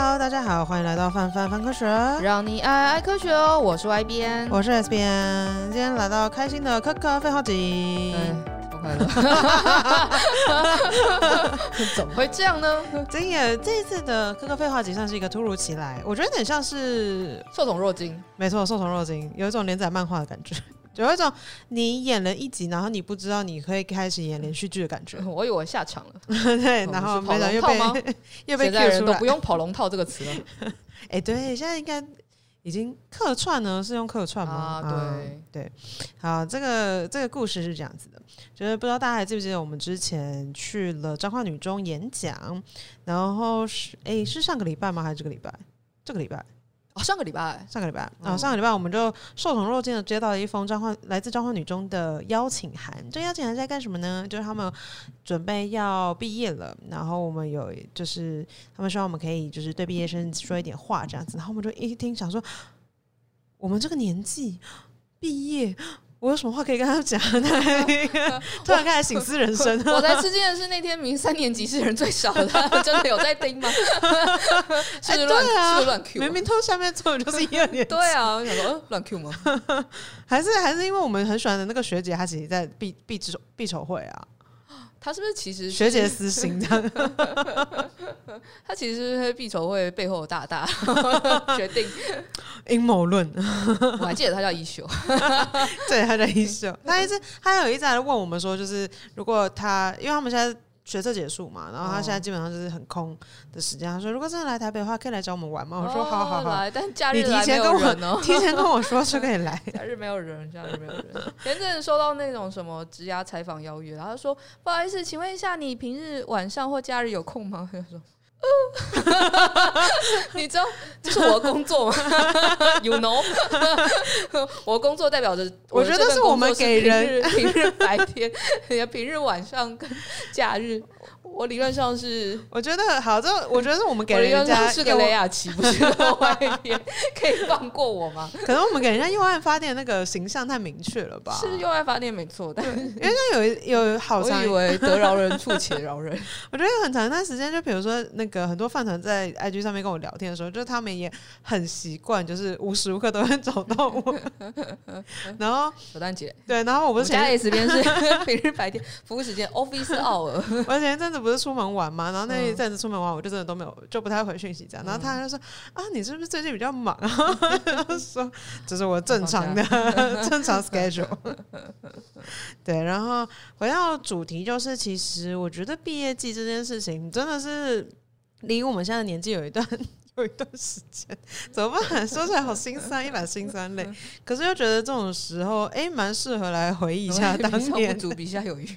Hello， 大家好，欢迎来到范范科学， 让你爱爱科学哦。我是 Y 边， 我是 S 边，今天来到开心的科科废话集。 不快乐，怎么会这样呢？ 这一次的科科废话集算是一个突如其来，我觉得有点像是受宠若惊。 没错，受宠若惊，有一种连载漫画的感觉。有一种你演了一集，然后你不知道你可以开始演连续剧的感觉。 我以为我下场了， 对，然后没想又被 Q 出来， 现在人都不用跑龙套这个词了。 哎，对，现在应该已经客串呢，是用客串吗？ 啊， 对。好，这个故事是这样子的，就是不知道大家还记不记得我们之前去了彰化女中演讲，然后是上个礼拜吗？还是这个礼拜？这个礼拜。 上个礼拜， 上个礼拜我们就受宠若惊的接到了一封来自彰化女中的邀请函。这邀请函是在干什么呢？就是他们准备要毕业了，然后我们就是他们希望我们可以就是对毕业生说一点话这样子。然后我们就一听想说，我们这个年纪毕业。我有什么话可以跟他讲？突然开始省思人生。 我才吃惊的是，那天明明3年级是人最少的，真的有在听吗？是不是乱 Q？ 明明都下面坐的就是1、2年级。 对啊，我想说乱 Q 吗？ 还是因为我们很喜欢的那个学姐，她其实在必筹会啊。 他是不是其实学姐私心这样？ 他其实是必筹会背后的大决定阴谋论。 我还记得他叫一休， 对，他叫一休。他有一直在问我们说，就是如果因为他们现在学测结束嘛，然后他现在基本上就是很空的时间。他说，如果真的来台北的话，可以来找我们玩吗？我说好来，但假日来没有人哦。 提前跟我说就可以来。 假日没有人。前阵子收到那种什么职涯采访邀约，然后他说不好意思，请问一下，你平日晚上或假日有空吗？他说。你知道这是我的工作吗？You know， 我的工作代表着， 我觉得是我们给人平日白天、平日晚上跟假日。我理论上是， 我觉得好，我觉得是我们给人家是个雷亚奇，不是个外边，可以放过我吗？ 可能我们给人家右岸发电那个形象太明确了吧？ 是右岸发电没错，但因为他有好长， 我以为得饶人处且饶人。 我觉得很长一段时间，就比如说那个很多饭团在 IG 上面跟我聊天的时候，就是他们也很习惯，就是无时无刻都会找到我。然后小丹姐对，然后我家 S 边是平日白天服务时间 office hour， 我前一阵子不是出门玩嘛，然后那一阵子出门玩，我就真的都没有，就不太回讯息这样。然后他就说啊，你是不是最近比较忙啊？然后说这是我正常 schedule。对，然后回到主题，就是其实我觉得毕业季这件事情真的是离我们现在的年纪有一段时间，怎么办？说起来好心酸，一把辛酸泪。可是又觉得这种时候，蛮适合来回忆一下当年。 不足笔下有余。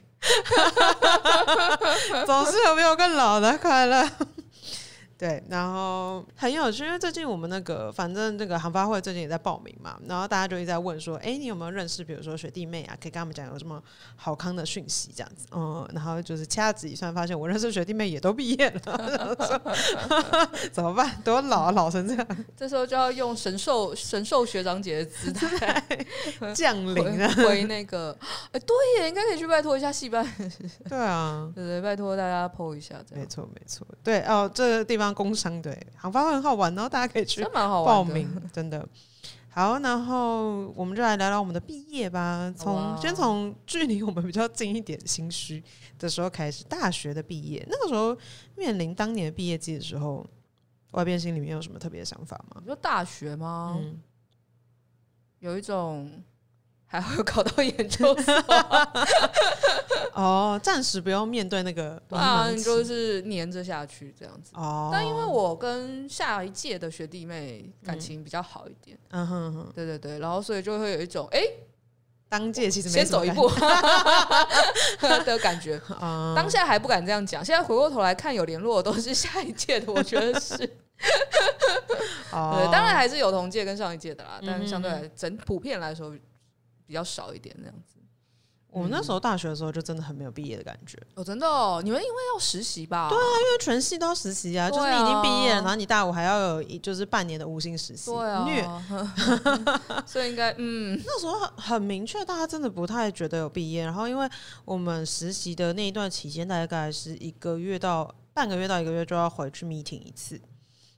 总是有比我更老的快乐。对，然后很有趣，因为最近我们反正这个航发会最近也在报名嘛，然后大家就一直在问说，你有没有认识比如说学弟妹啊，可以跟他们讲有什么好康的讯息这样子。然后就是掐指一算，发现我认识学弟妹也都毕业了，怎么办？多老成这样， 这时候就要用神兽学长姐的姿态降临了， 回那个，对耶，应该可以去拜托一下戏班。 对啊， 对，拜托大家 po 一下， 没错，对哦，这个地方工商对航发会很好玩，然后大家可以去报名，真的好。然后我们就来聊聊我们的毕业吧，先从距离我们比较近一点心虚的时候开始，大学的毕业。那个时候面临当年的毕业季的时候，外边心里面有什么特别的想法吗？ 你说大学吗？有一种还会考到研究所暂时不用面对那个你就是黏着下去这样子。但因为我跟下一届的学弟妹感情比较好一点，对，然后所以就会有一种当届其实先走一步的感觉。当下还不敢这样讲，现在回过头来看，有联络的都是下一届的，我觉得是。对，当然还是有同届跟上一届的啦，但相对来普遍来说比较少一点这样子。 我们那时候大学的时候就真的很没有毕业的感觉。 真的哦，你们因为要实习吧？ 对啊，因为全系都要实习啊，就是你已经毕业了，然后你大五还要有就是半年的无薪实习， 对啊， 虐。 所以应该那时候很明确，大家真的不太觉得有毕业。然后因为我们实习的那一段期间，大概是1个月到半个月到1个月就要回去 meeting 一次。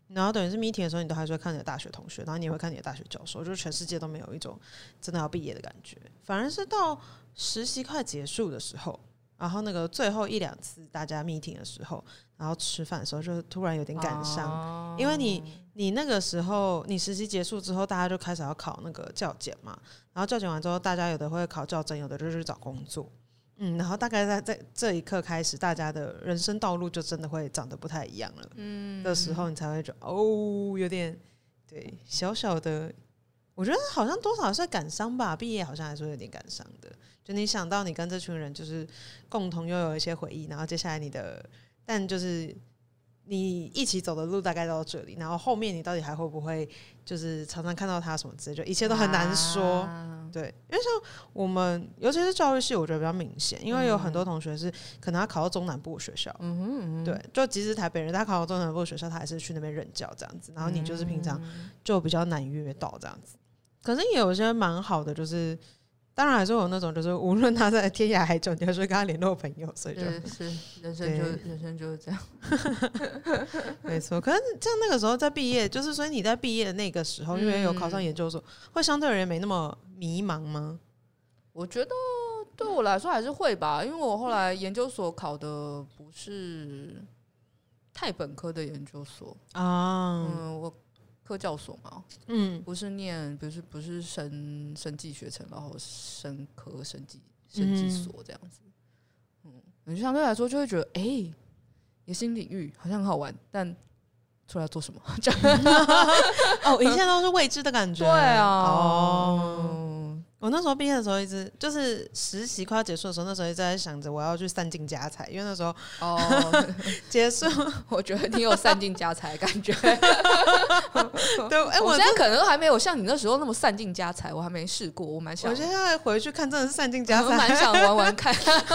然后等于是 meeting 的时候，你都还是会看你的大学同学，然后你也会看你的大学教授，就是全世界都没有一种真的要毕业的感觉。反而是到实习快结束的时候，然后那个最后1-2次大家 meeting 的时候，然后吃饭的时候，就突然有点感伤，因为你那个时候你实习结束之后，大家就开始要考那个教检嘛，然后教检完之后，大家有的会考教甄，有的就是找工作。然后大概在这一刻开始，大家的人生道路就真的会长得不太一样了。的时候，你才会觉得有点对小小的，我觉得好像多少还是会感伤吧。毕业好像还是会有点感伤的，就你想到你跟这群人就是共同拥有一些回忆，然后接下来但就是你一起走的路大概到这里，然后后面你到底还会不会就是常常看到他什么之类，就一切都很难说。对，因为像我们尤其是教育系，我觉得比较明显，因为有很多同学是可能他考到中南部的学校，对，就即使台北人，他考到中南部的学校，他还是去那边任教这样子，然后你就是平常就比较难约到这样子。可是也有一些蛮好的，就是当然还是有那种，就是无论他在天涯海角，你还是会跟他联络朋友，所以就是人生就是这样， 没错。可是像那个时候在毕业，就是所以你在毕业的那个时候，因为有考上研究所，会相对而言没那么迷茫吗？ 我觉得对我来说还是会吧，因为我后来研究所考的不是太本科的研究所啊，我科教所嘛，不是念，不是生技学程，然后生科生技所这样子，就相对来说就会觉得，也新领域好像很好玩，但出来做什么？ 一切都是未知的感觉。 对啊， 我那时候毕业的时候，一直就是实习快要结束的时候，那时候一直在想着我要去散尽家财，因为那时候结束， 我觉得你有散尽家财的感觉。 对， 我现在可能还没有像你那时候那么散尽家财，我还没试过，我蛮想。 我现在回去看，真的是散尽家财， 蛮想玩玩看。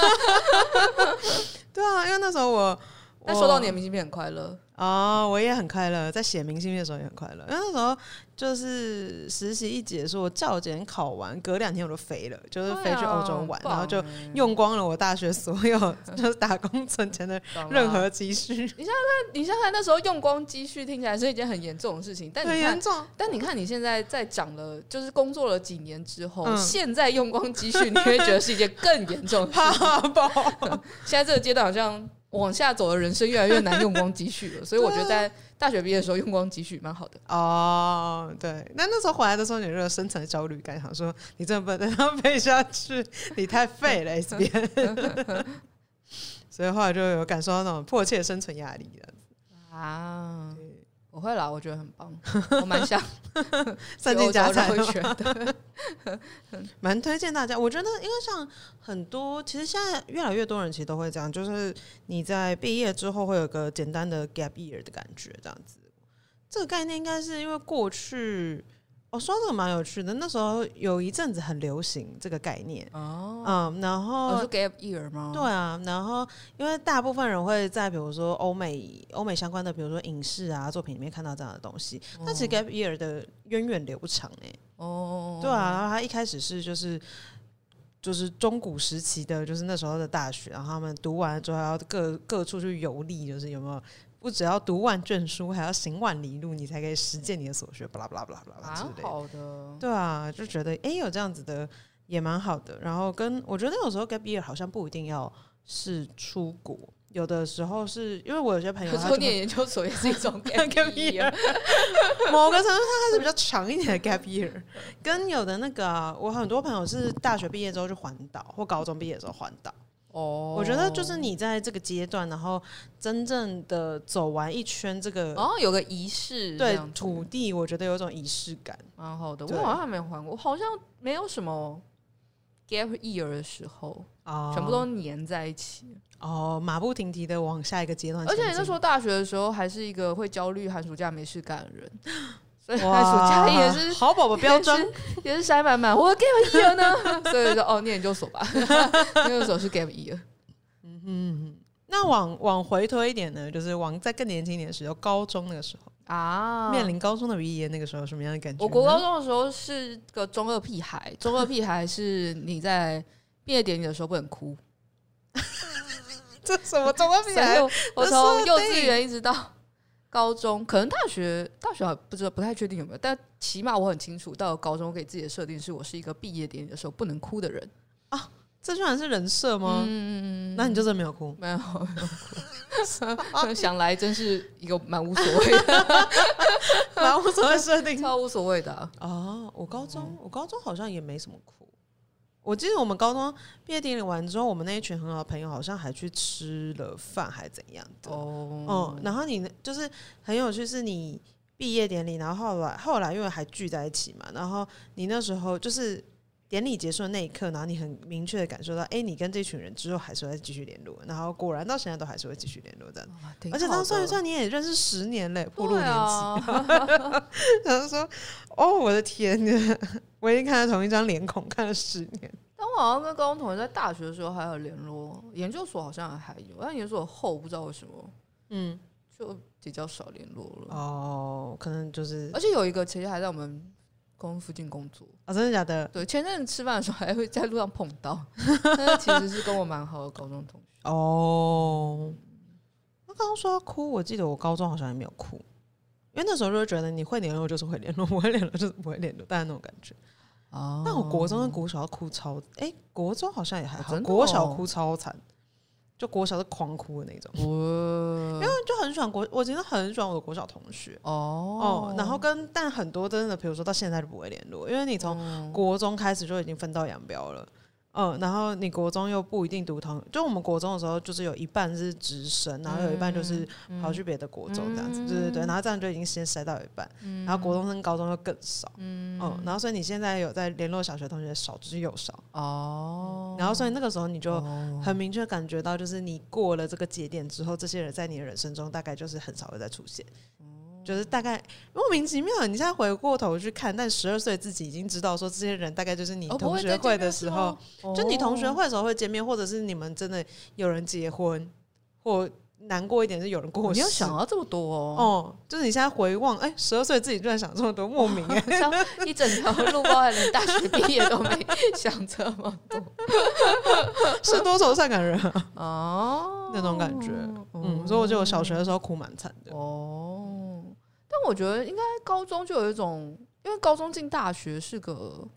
对啊，因为那时候但收到你的明信片很快乐我也很快乐，在写明信片的时候也很快乐，因为那时候就是实习一结束，我教检考完，隔2天我就飞了，就是飞去欧洲玩，然后就用光了我大学所有就是打工存钱的任何积蓄。 你想想那时候用光积蓄听起来是一件很严重的事情，但很严重。 但你看你现在在长了，就是工作了几年之后，现在用光积蓄，你会觉得是一件更严重的事情。现在这个阶段好像往下走的人生越来越难用光积蓄了，所以我觉得在大学毕业的时候用光积蓄蛮好的。 对，那时候回来的时候，你有个深层的焦虑感，想说你真的不能让它飞下去，你太废了 S 边。所以后来就有感受到那种迫切的生存压力啊。我会啦，我觉得很棒，我蛮想散尽家财的， 蛮推荐大家。我觉得，因为像很多，其实现在越来越多人其实都会这样，就是你在毕业之后会有个简单的 gap year 的感觉，这样子。这个概念应该是因为过去。说这个蛮有趣的，那时候有一阵子很流行这个概念然后是 gap year 吗？ 对啊，然后因为大部分人会在比如说欧美相关的，比如说影视啊作品里面看到这样的东西，但其实 gap year 的源远流长对啊，然后他一开始是就是中古时期的，就是那时候的大学，然后他们读完了之后要各处去游历，就是有没有？不只要读万卷书，还要行万里路，你才可以实践你的所学，巴拉巴拉巴拉巴拉之类的。 蛮好的， 对啊，就觉得有这样子的也蛮好的。然后我觉得有时候 gap year 好像不一定要是出国，有的时候是因为我有些朋友， 他念研究所也是一种 gap year， 某个程度上它是比较长一点的 gap year。跟有的那个，我很多朋友是大学毕业之后去环岛，或高中毕业之后环岛。我觉得就是你在这个阶段，然后真正的走完一圈这个有个仪式， 对土地，我觉得有一种仪式感， 蛮好的。我好像还没环过，我好像没有什么 gap year 的时候，全部都黏在一起。 马不停蹄的往下一个阶段。 而且你那时候大学的时候，还是一个会焦虑寒暑假没事干的人。所以寒暑假也是好宝宝标准， 也是塞满满。我 gap year 呢，所以说念研究所吧，研究所是 gap year。 那往回推一点呢，就是往在更年轻一点的时候，高中那个时候面临高中的毕业，那个时候什么样的感觉？ 我国高中的时候是个中二屁孩，中二屁孩是你在毕业典礼的时候不能哭。 这什么中二屁孩？ 我从幼稚园一直到高中可能大学不知道，不太确定有没有，但起码我很清楚，到了高中给自己的设定是我是一个毕业典礼的时候不能哭的人啊。这居然是人设吗？那你就真的没有哭？ 没有哭。想来真是一个蛮无所谓的， 蛮无所谓设定， 超无所谓的啊。我高中好像也没什么哭。我记得我们高中毕业典礼完之后，我们那一群很好的朋友好像还去吃了饭，还怎样的然后你就是很有趣，是你毕业典礼，然后后来因为还聚在一起嘛，然后你那时候就是典礼结束的那一刻，然后你很明确的感受到，你跟这群人之后还是会继续联络，然后果然到现在都还是会继续联络这样。而且当算一算，你也认识10年嘞，步入年纪。然后说，我的天哪，我已经看了同一张脸孔看了10年。 但我好像跟高中同学在大学的时候还有联络，研究所好像还有，但研究所后不知道为什么，就比较少联络了。 可能就是， 而且有一个其实还在我们公司附近工作真的假的？ 对，前阵子吃饭的时候还会在路上碰到，但是其实是跟我蛮好的高中同学。 那刚刚说要哭，我记得我高中好像也没有哭，因为那时候就会觉得你会联络就是会联络，不会联络就是不会联络，大概那种感觉。但我国中跟国小要哭超，国中好像也还好，国小哭超惨，就国小是狂哭的那种。因为就很喜欢我真的很喜欢我的国小同学然后但很多真的，比如说到现在就不会联络，因为你从国中开始就已经分道扬镳了。然后你国中又不一定读同，就我们国中的时候，就是有一半是直升，然后有一半就是跑去别的国中这样子，对，然后这样就已经先筛到一半，然后国中跟高中又更少，然后所以你现在有在联络小学同学少之又少，然后所以那个时候你就很明确感觉到，就是你过了这个节点之后，这些人在你的人生中大概就是很少会再出现。就是大概莫名其妙，你现在回过头去看，但12岁自己已经知道说这些人大概就是你同学会的时候，就你同学会的时候会见面，或者是你们真的有人结婚，或难过一点是有人过世。 你有想到这么多就是你现在回望，12岁自己居然想这么多，莫名像一整条路，包含连大学毕业都没想这么多， 是多愁善感人那种感觉。所以我觉得我小学的时候哭蛮惨的。 但我觉得应该高中就有一种，因为高中进大学是个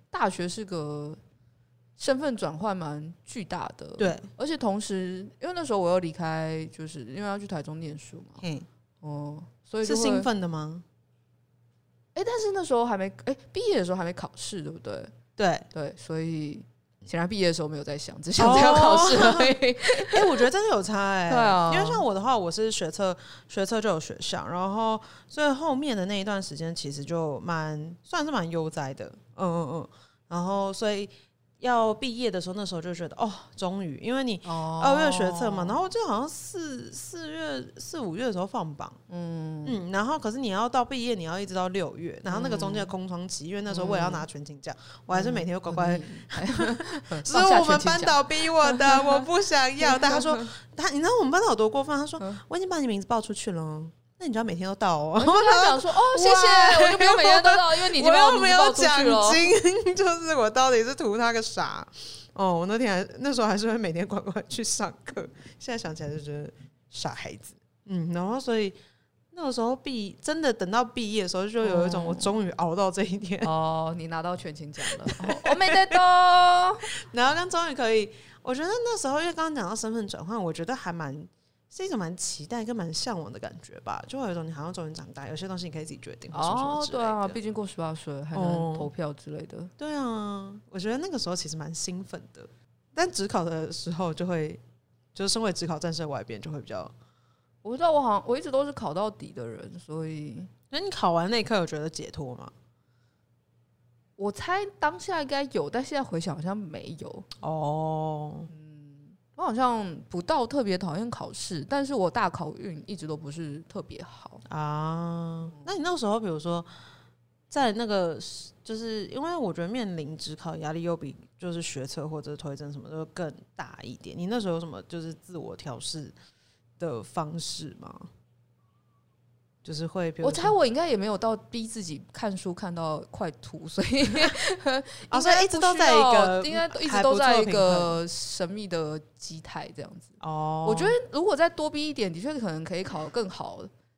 身份转换蛮巨大的， 对， 而且同时因为那时候我又离开，就是因为要去台中念书嘛，所以是兴奋的吗？ 但是那时候还没毕业的时候还没考试，对不对？对，所以显然毕业的时候没有在想，只想着要考试而已。 我觉得真的有差对啊， 因为像我的话，我是学测就有学校，然后所以后面的那一段时间其实就算是蛮悠哉的，然后所以要毕业的时候，那时候就觉得终于，因为你2月学测嘛，然后我记得好像4、5月的时候放榜，然后可是你要到毕业，你要一直到6月，然后那个中间的空窗期，因为那时候为了要拿全勤奖，我还是每天都乖乖，是我们班导逼我的，我不想要，但他说你知道我们班导有多过分？他说我已经把你名字报出去了。那你就要每天都到我就跟他讲说谢谢，我就不用每天都到，因为你已经把我名字报出去了。 我又没有奖金，就是我到底是图他个啥？我那时候还是会每天乖乖去上课，现在想起来就觉得傻孩子。然后所以那个时候真的等到毕业的时候，就有一种我终于熬到这一天。 你拿到全勤奖了，我没得多。 然后刚终于可以，我觉得那时候因为刚刚讲到身份转换，我觉得还是一种蛮期待跟蛮向往的感觉吧，就会有一种你好像终于长大，有些东西你可以自己决定对啊，毕竟过18岁还能投票之类的。 对啊，我觉得那个时候其实蛮兴奋的，但指考的时候就是身为指考战士的外边就会比较， 我不知道我一直都是考到底的人，所以那你考完那一刻有觉得解脱吗？ 我猜当下应该有，但现在回想好像没有。我好像不到特别讨厌考试，但是我大考运一直都不是特别好那你那时候比如说在那个，就是因为我觉得面临指考压力又比就是学测或者推甄什么都更大一点，你那时候有什么就是自我调试的方式吗？就是会， 我猜我应该也没有到逼自己看书看到快吐，所以所以一直都在一个， 应该一直都在一个神秘的基态这样子。 哦， 我觉得如果再多逼一点，的确可能可以考得更好，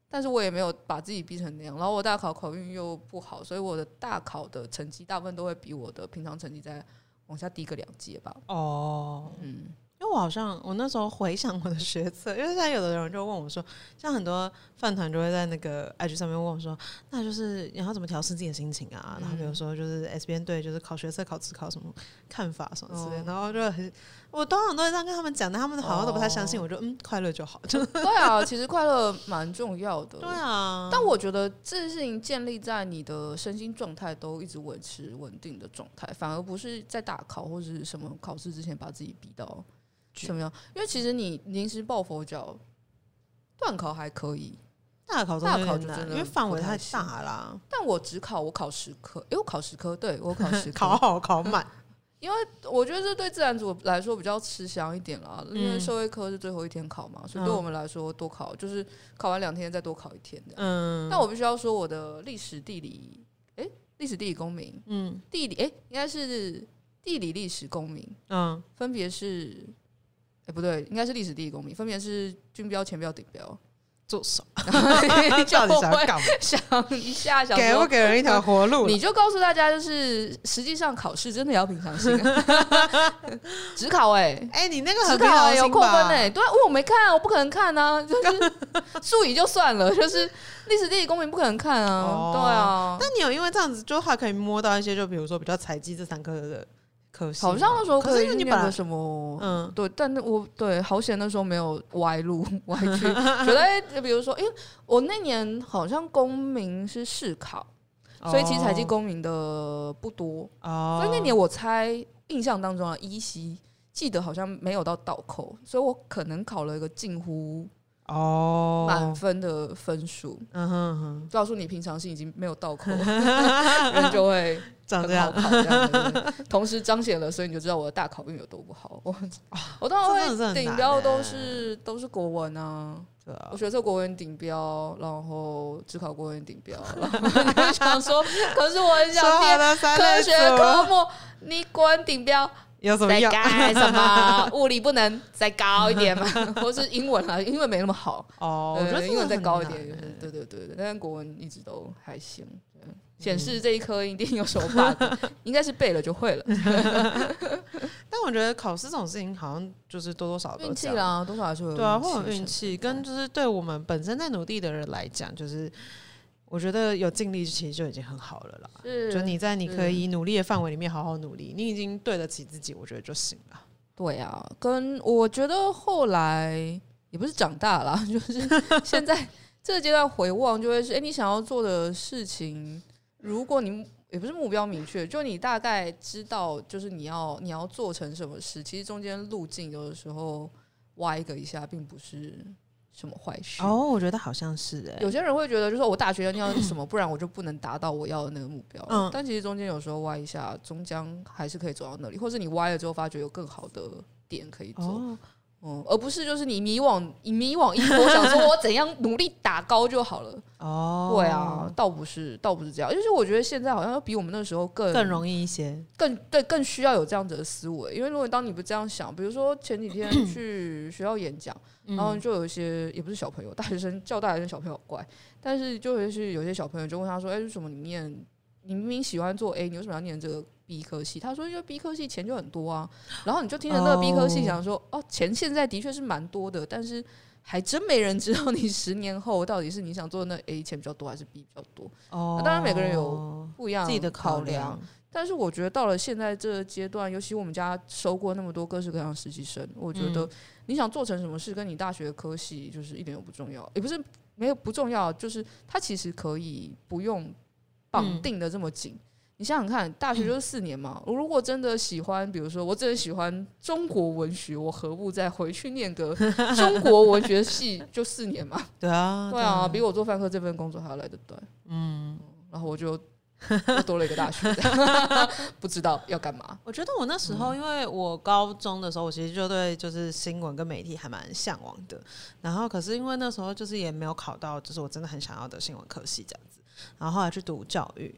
但是我也没有把自己逼成那样。然后我大考考运又不好，所以我的大考的成绩大部分都会比我的平常成绩再往下低个2阶吧。 因为我那时候回想我的学测，因为现在有的人就问我说，像很多饭团就会在那个 IG 上面问我说，那就是你要怎么调试自己的心情啊？然后比如说就是 S 边对就是考学测考指考什么看法什么之类的，然后就我通常都会这样跟他们讲的，他们好像都不太相信，我就快乐就好。 对啊，其实快乐蛮重要的。 对啊， 但我觉得这件事情建立在你的身心状态都一直维持稳定的状态，反而不是在大考或是什么考试之前把自己逼到什么样。因为其实你临时抱佛脚，段考还可以， 大考就真的因为范围太大啦。 但我考10科，我考10科，对我考10科， 考好考满。 因为我觉得这对自然组来说比较吃香一点啦，因为社会科是最后一天考嘛，所以对我们来说多考就是考完2天再多考1天这样。但我必须要说我的历史地理公民，地理应该是地理历史公民，分别是不对，应该是历史地理公民，分别是均标、前标、顶标。 做手， 到底想干嘛？想一下，想给不给人一条活路？ 你就告诉大家，就是实际上考试真的要平常心。只考你那个很只考有扣分对，因为我没看，我不可能看啊，就是数语就算了，就是历史地理公民不可能看啊，对啊。 但你有因为这样子，就还可以摸到一些，就比如说比较采集这3科的。 好像那时候可以你念个什么，对，但我对好险那时候没有歪路歪去，觉得比如说，因为我那年好像公民是试考，所以其实采集公民的不多，所以那年我猜印象当中啊，依稀记得好像没有到倒扣，所以我可能考了一个近乎满分的分数，告诉你平常心已经没有倒扣，人就会长这样， 同时彰显了，所以你就知道我的大考运有多不好。我当然会顶标都是国文啊，我学测国文顶标，然后只考国文顶标，然后你就想说，可是我很想念科学科目，你国文顶标。 有什么用？ 再干什么？物理不能再高一点吗？或是英文啊？英文没那么好我觉得英文再高一点。对，但国文一直都还行。显示这一科一定有什么 bug， 应该是背了就会了。 但我觉得考试这种事情好像就是多多少少都运气啦，多少还是会有运气。 对啊，会有运气，跟就是对我们本身在努力的人来讲，就是我觉得有尽力其实就已经很好了啦。就你在你可以努力的范围里面好好努力，你已经对得起自己，我觉得就行了。 对啊，跟我觉得后来也不是长大啦，就是现在这个阶段回望，就会是你想要做的事情，如果你也不是目标明确，就你大概知道，就是你要做成什么事，其实中间路径有的时候歪个一下，并不是什么坏事。 我觉得好像是有些人会觉得，就是我大学要什么，不然我就不能达到我要的那个目标。但其实中间有时候歪一下，终将还是可以走到那里，或是你歪了之后，发觉有更好的点可以走。而不是就是你迷惘一波，想说我怎样努力打高就好了。对啊，倒不是这样。就是我觉得现在好像比我们那时候更容易一些， 更需要有这样子的思维。因为如果当你不这样想，比如说前几天去学校演讲，然后就有一些也不是小朋友，大学生叫大学生小朋友怪，但是就是有些小朋友就问他说：“为什么你明明喜欢做 A， 你为什么要念这个B 科系？”他说：“因为 B 科系钱就很多啊。”然后你就听着那个 B 科系想说：“钱现在的确是蛮多的，但是还真没人知道你10年后到底是你想做的那 A 钱比较多还是 B 比较多。”当然每个人有不一样自己的考量，但是我觉得到了现在这个阶段，尤其我们家收过那么多各式各样的实习生，我觉得你想做成什么事，跟你大学的科系就是一点都不重要，也不是没有不重要，就是它其实可以不用绑定的这么紧。你想想看，大学就是4年嘛。我如果真的喜欢，比如说我真的喜欢中国文学，我何不再回去念个中国文学系，就4年嘛？ 对啊， 比我做饭科这份工作还要来得短。然后我就多了一个大学，不知道要干嘛。 我觉得我那时候，因为我高中的时候，我其实就对就是新闻跟媒体还蛮向往的。然后可是因为那时候就是也没有考到，就是我真的很想要的新闻科系这样子。然后后来去读教育。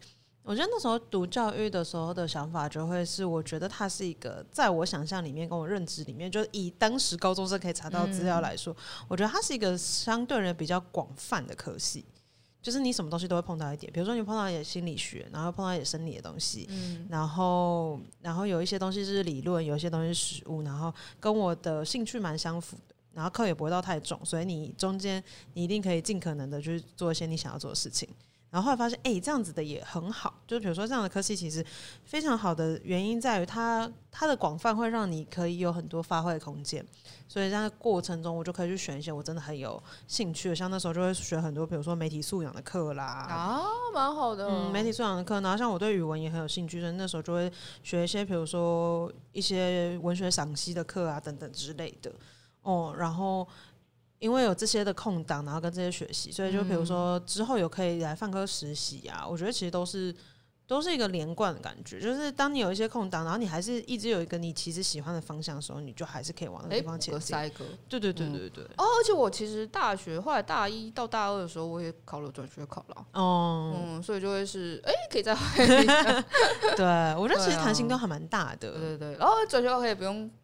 我觉得那时候读教育的时候的想法就会是，我觉得它是一个在我想象里面跟我认知里面，就以当时高中生可以查到资料来说，我觉得它是一个相对人比较广泛的科系，就是你什么东西都会碰到一点，比如说你碰到一点心理学，然后碰到一点生理的东西，然后有一些东西是理论，有一些东西是实务，然后跟我的兴趣蛮相符的，然后课也不会到太重，所以你中间你一定可以尽可能的去做一些你想要做的事情。然后后来发现，这样子的也很好。就是比如说这样的科系，其实非常好的原因在于它的广泛会让你可以有很多发挥的空间。所以在过程中，我就可以去选一些我真的很有兴趣的，像那时候就会学很多，比如说媒体素养的课啦， 蛮好的。 媒体素养的课，然后像我对语文也很有兴趣，所以那时候就会学一些，比如说一些文学赏析的课啊等等之类的。然后。因为有这些的空档，然后跟这些学习，所以就比如说之后有可以来泛科实习啊，我觉得其实都是一个连贯的感觉。就是当你有一些空档，然后你还是一直有一个你其实喜欢的方向的时候，你就还是可以往那个地方前进。对。 而且我其实大学后来大一到大二的时候，我也考了转学考了。所以就会是可以再换一下。 对，我觉得其实弹性都还蛮大的。 对。然后转学考可以不用。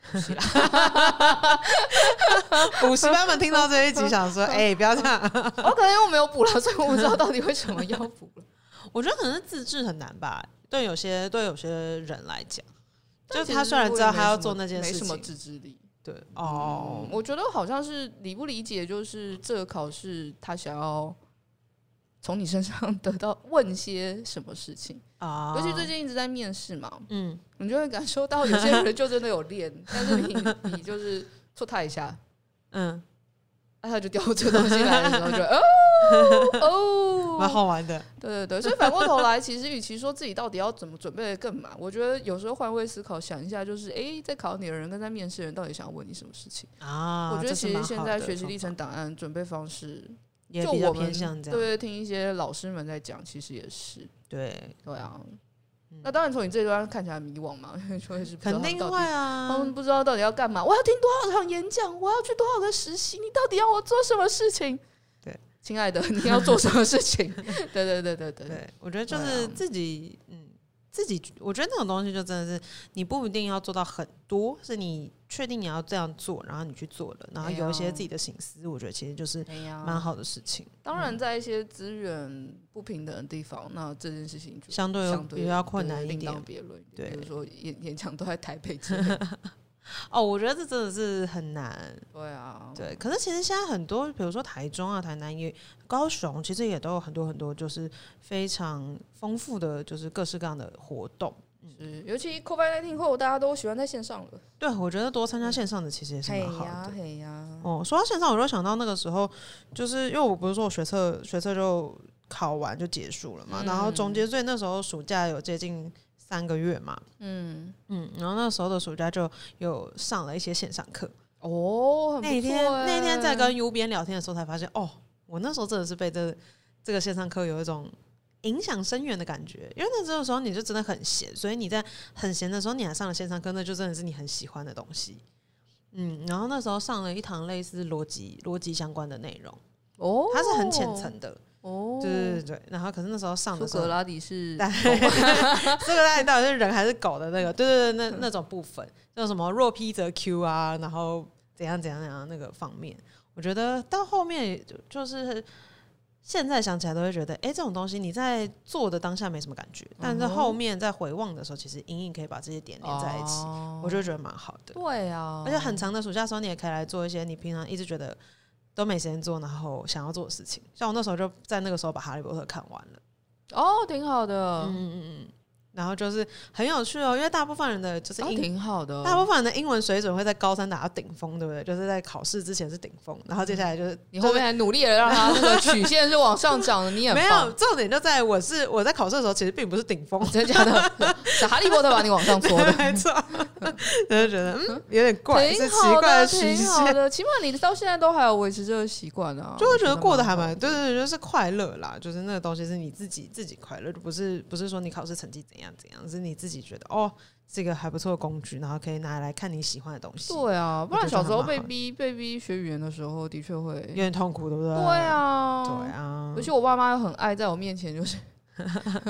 补习班们听到这一集想说不要这样。 我可能因为我没有补了，所以我不知道到底为什么要补了。 我觉得可能是自制很难吧，对有些人来讲，就他虽然知道他要做那件事情， 没什么自制力。 对我觉得好像是理不理解，就是这个考试他想要从你身上得到问些什么事情啊？尤其最近一直在面试嘛，你就会感受到有些人就真的有练，但是你就是错他一下，他就掉这个东西来的时候就蛮好玩的。 对，所以反过头来，其实与其说自己到底要怎么准备的更满，我觉得有时候换位思考，想一下，就是在考你的人跟在面试的人到底想要问你什么事情啊？我觉得其实现在学习历程档案准备方式。 也比较偏向这样， 对，听一些老师们在讲，其实也是对啊。那当然，从你这段看起来迷惘嘛，就会是肯定会啊。 他们不知道到底要干嘛，我要听多少场演讲，我要去多少个实习，你到底要我做什么事情？ 对， 亲爱的，你要做什么事情？ 对，我觉得就是自己，我觉得那种东西就真的是你不一定要做到很多，是你确定你要这样做，然后你去做了，然后有一些自己的省思，我觉得其实就是蛮好的事情。 当然，在一些资源不平等的地方，那这件事情就相对比较困难一点， 另当别论。 对， 比如说演讲都在台北之类的。 我觉得这真的是很难。 对啊， 对。可是其实现在很多，比如说台中啊、台南也、高雄，其实也都有很多就是非常丰富的，就是各式各样的活动。 是，尤其 COVID-19 后，大家都喜欢在线上了。 对，我觉得多参加线上的其实也是蛮好的。 嘿呀。 说到线上，我就想到那个时候，就是因为我不是说我学测就考完就结束了嘛，然后中间所以那时候暑假有接近3个月嘛，然后那时候的暑假就有上了一些线上课。 很不错。那一天在跟 U 编聊天的时候才发现，我那时候真的是被这个线上课有一种影响深远的感觉，因为那时候你就真的很闲，所以你在很闲的时候你还上了线上课，那就真的是你很喜欢的东西。然后那时候上了一堂类似逻辑相关的内容，它是很浅层的。对，然后可是那时候上的时候， 苏格拉底是苏格拉底到底是人还是狗的那个？对，那种部分，就什么若 P 则 Q 啊，然后怎样那个方面，我觉得到后面就是现在想起来都会觉得，这种东西你在做的当下没什么感觉，但是后面在回望的时候，其实隐隐可以把这些点连在一起，我就觉得蛮好的。 对啊， 而且很长的暑假的时候，你也可以来做一些你平常一直觉得都没时间做，然后想要做的事情。像我那时候就在那个时候把《哈利波特》看完了。 挺好的。 然后就是很有趣因为大部分人的就是挺好的， 大部分人的英文水准会在高3达到顶峰，对不对？就是在考试之前是顶峰，然后接下来就是你后面还努力的让他那个曲线是往上涨的，你也没有重点就在我在考试的时候其实并不是顶峰， 真的假的？是哈利波特把你往上戳的， 没错。就觉得有点怪，是奇怪的曲线。 起码你到现在都还有维持这个习惯啊， 就会觉得过得还蛮对，就是快乐啦，就是那个东西是你自己快乐，就不是说你考试成绩怎样，是你自己觉得这个还不错的工具，然后可以拿来看你喜欢的东西。 对啊，不然小时候被逼学语言的时候，的确会有点痛苦，对不对？ 对啊， 对啊。 而且我爸妈又很爱在我面前就是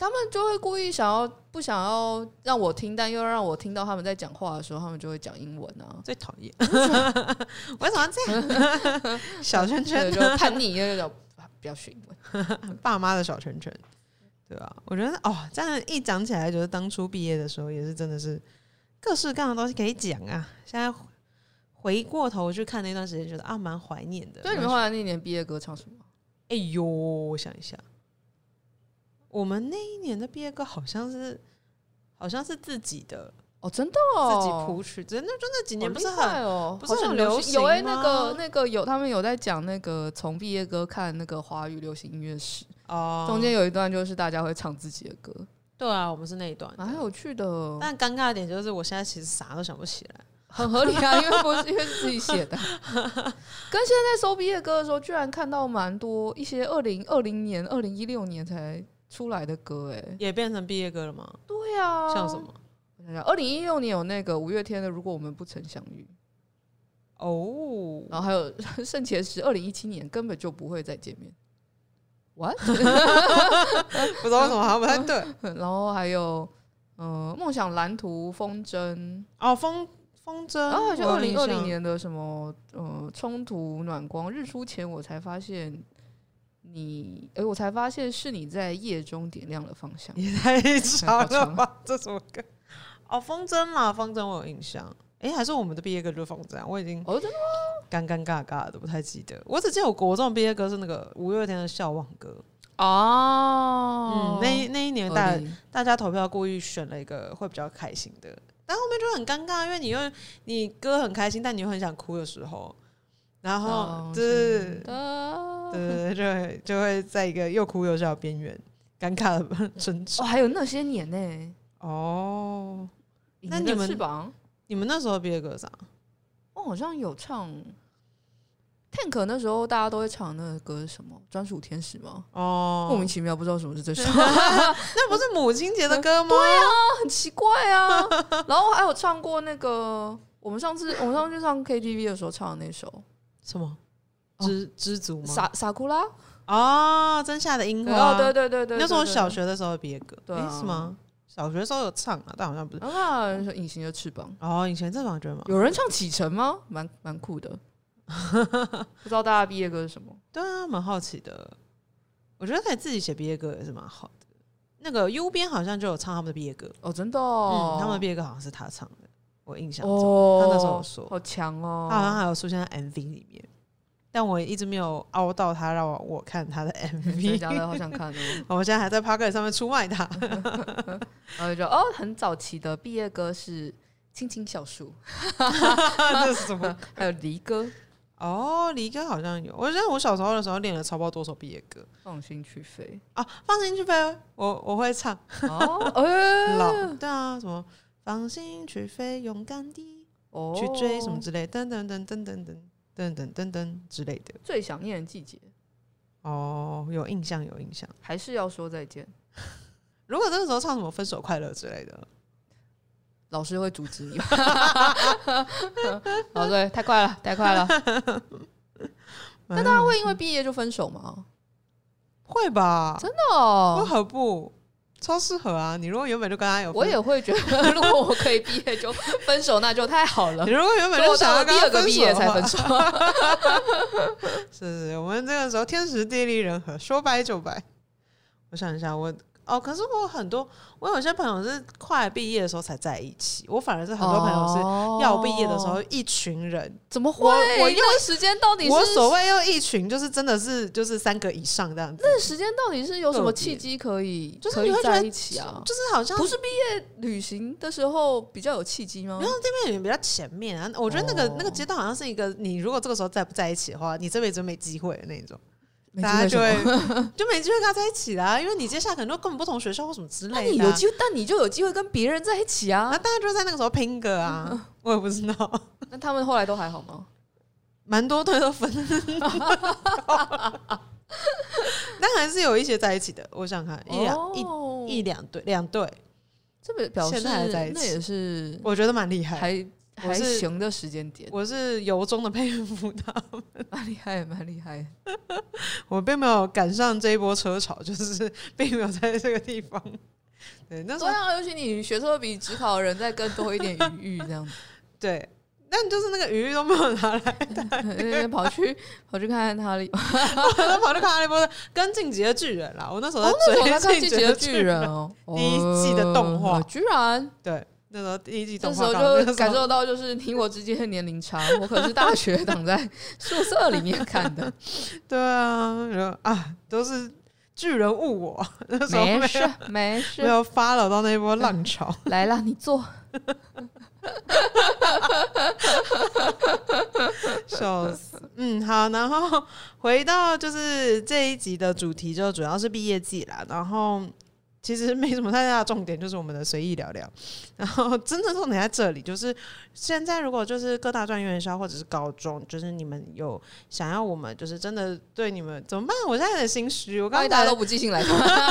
他们就会故意不想要让我听，但又让我听到他们在讲话的时候，他们就会讲英文啊， 最讨厌。为什么要这样？小圈圈就叛逆，就种不要学英文， 爸妈的小圈圈，对吧？我觉得这样一讲起来，觉得当初毕业的时候也是真的是各式各样的东西可以讲啊。现在回过头去看那段时间，觉得蛮怀念的。 所以你们后来那年毕业歌唱什么？ 哎呦，我想一下。我们那一年的毕业歌好像是自己的真的自己谱曲，真的就那几年不是很不是很流行有吗？ 他们有在讲那个从毕业歌看那个华语流行音乐史中间有一段就是大家会唱自己的歌。对啊，我们是那一段， 蛮有趣的。 但尴尬的点就是我现在其实啥都想不起来。 很合理啊，因为是自己写的。跟现在收毕业歌的时候，居然看到蛮多一些2020年、2016年才出来的歌， 也变成毕业歌了吗？ 对啊， 像什么？ 我想想，2016年有那个五月天的《如果我们不曾相遇》然后还有圣结石2017年根本就不会再见面。What？ 不知道为什么好像不太对。 然后还有梦想蓝图、风筝风筝， 然后就2020年的什么冲突、暖光、日出前我才发现。我才发现是你在夜中点亮了方向， 也太长了吧？这什么歌？风筝啦，风筝我有印象。还是我们的毕业歌就是风筝，我已经真的吗？ 尴尬的，不太记得。我只记得我国中的毕业歌是那个五月天的《笑忘歌》那一年大家投票故意选了一个会比较开心的，但后面就很尴尬，因为你歌很开心，但你又很想哭的时候。然后对，就会在一个又哭又笑的边缘，尴尬的争执。 还有那些年呢？ 那你们翅膀， 你们那时候毕业歌啥？ 我好像有唱 Tank， 那时候大家都会唱那个歌是什么？专属天使吗？莫名其妙不知道什么是这首。 那不是母亲节的歌吗？ 对啊，很奇怪啊。然后还有唱过那个我们上次去唱 KTV 的时候唱的那首。 什么？知足吗？ 傻库拉真夏的樱花。 对， 那是我小学的时候的毕业歌。 对啊， 是吗？小学的时候有唱啊，但好像不是。 隐形的翅膀。 隐形的翅膀觉得吗？ 有人唱启程吗？蛮酷的。不知道大家毕业歌是什么？ 对啊，蛮好奇的。我觉得可以自己写毕业歌也是蛮好的。那个 U 边好像就有唱他们的毕业歌。 真的他们的毕业歌好像是他唱的。我印象中，他那时候有说， 好强哦！ 他好像还有出现在 MV 里面，但我一直没有凹到他让我看他的 MV， 真的好想看哦！ 我现在还在 Podcast 上面出卖他。 然后就很早期的毕业歌是《青青小树》， 这是什么？ 还有离歌。 离歌好像有。我觉得我小时候的时候练了超多首毕业歌。 放心去飞放心去飞，我会唱。对啊，什么？放心去飞，勇敢地去追，什么之类，噔噔噔噔噔噔噔噔噔噔之类的。 最想念的季节。 有印象。 还是要说再见。 如果这个时候唱什么分手快乐之类的， 老师会阻止你。对，太快了。但大家会因为毕业就分手吗？ 会吧， 真的为何不？超适合啊！你如果原本就跟他有分手， 我也会觉得，如果我可以毕业就分手，那就太好了。 你如果原本就想要跟他分手， 第二个毕业才分手。 是，我们这个时候天时地利人和，说掰就掰。我想一下，可是我有些朋友是快毕业的时候才在一起，我反而是很多朋友是要毕业的时候一群人。 怎么会？我那个时间到底是我所谓又一群，就是真的是就是3个以上这样子。 那时间到底是有什么契机可以在一起啊？ 就是好像不是毕业旅行的时候比较有契机吗？ 没有，这边比较前面啊。我觉得那个阶段好像是一个，你如果这个时候再不在一起的话，你这辈子没机会的那种。大家就没机会跟他在一起啦，因为你接下来可能都根本不同学校或什么之类的。 但你就有机会跟别人在一起啊！ 那大家就在那个时候拼个啊，我也不知道。 那他们后来都还好吗？ 蛮多对都分，但还是有一些在一起的。我想看一两对， 这表示现在还在一起， 那也是我觉得蛮厉害， 还行的时间点， 我是由衷的佩服他们， 蛮厉害蛮厉害。 我并没有赶上这一波车潮，就是并没有在这个地方。对，那时候对啊，尤其你学测比指考的人再更多一点余裕这样子。 对，但就是那个余裕都没有拿来带， 跑去看哈利， 我跑去看哈利波特跟进击的巨人啦。我那时候在追进击的巨人哦， 第一季的动画， 居然对。那时候第一季动画， 这时候就感受到就是你我之间的年龄差，我可是大学躺在宿舍里面看的。 对啊，都是巨人误我，那时候没事， 没有follow到那一波浪潮。 来啦，你坐。 笑死。好，然后回到就是这一集的主题，就主要是毕业季啦，然后其实没什么太大的重点，就是我们的随意聊聊。然后真正重点在这里，就是现在如果就是各大专院校或者是高中，就是你们有想要我们就是真的对你们怎么办？我现在有点心虚，我刚才大家都不寄信来，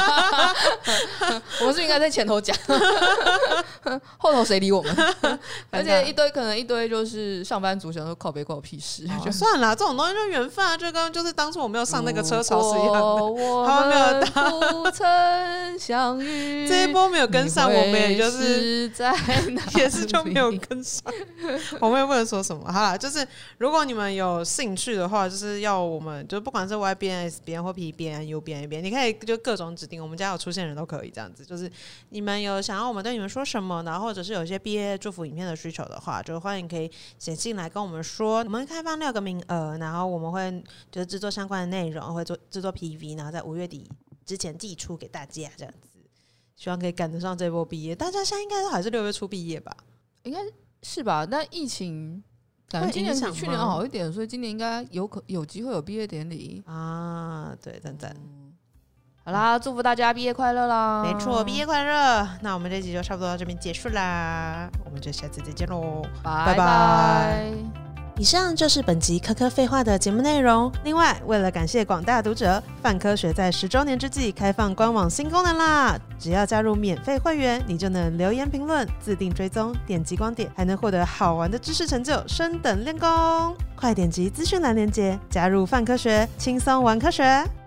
我们是应该在前头讲，后头谁理我们？而且可能一堆就是上班族想说靠北关我屁事， 就算了，这种东西就缘分啊，就跟就是当初我没有上那个车潮是一样的，他们没有不曾相遇， 这一波没有跟上，我们也就是在也是就没有跟上，我们也不能说什么。好啦，就是如果你们有兴趣的话，就是要我们就不管是 Y 边 S 边或 P 边 U 边 A 边，你可以就各种指定，我们家有出现人都可以这样子。就是你们有想要我们对你们说什么，然后或者是有一些毕业祝福影片的需求的话，就欢迎可以写信来跟我们说。我们开放6个名额，然后我们会就是制作相关的内容，会制作 PV， 然后在5月底之前寄出给大家这样子。希望可以赶得上这波毕业，大家现在应该都还是6月初毕业吧？ 应该是吧？但疫情感觉今年比去年好一点，所以今年应该有机会有毕业典礼啊！对，赞赞。 好啦，祝福大家毕业快乐啦！ 没错，毕业快乐。那我们这集就差不多到这边结束啦，我们就下次再见喽，拜拜。以上就是本集科科废话的节目内容。另外，为了感谢广大读者，泛科学在10周年之际开放官网新功能啦！只要加入免费会员，你就能留言评论、自定追踪、点击光点，还能获得好玩的知识成就，升等练功。快点击资讯栏连结，加入泛科学，轻松玩科学。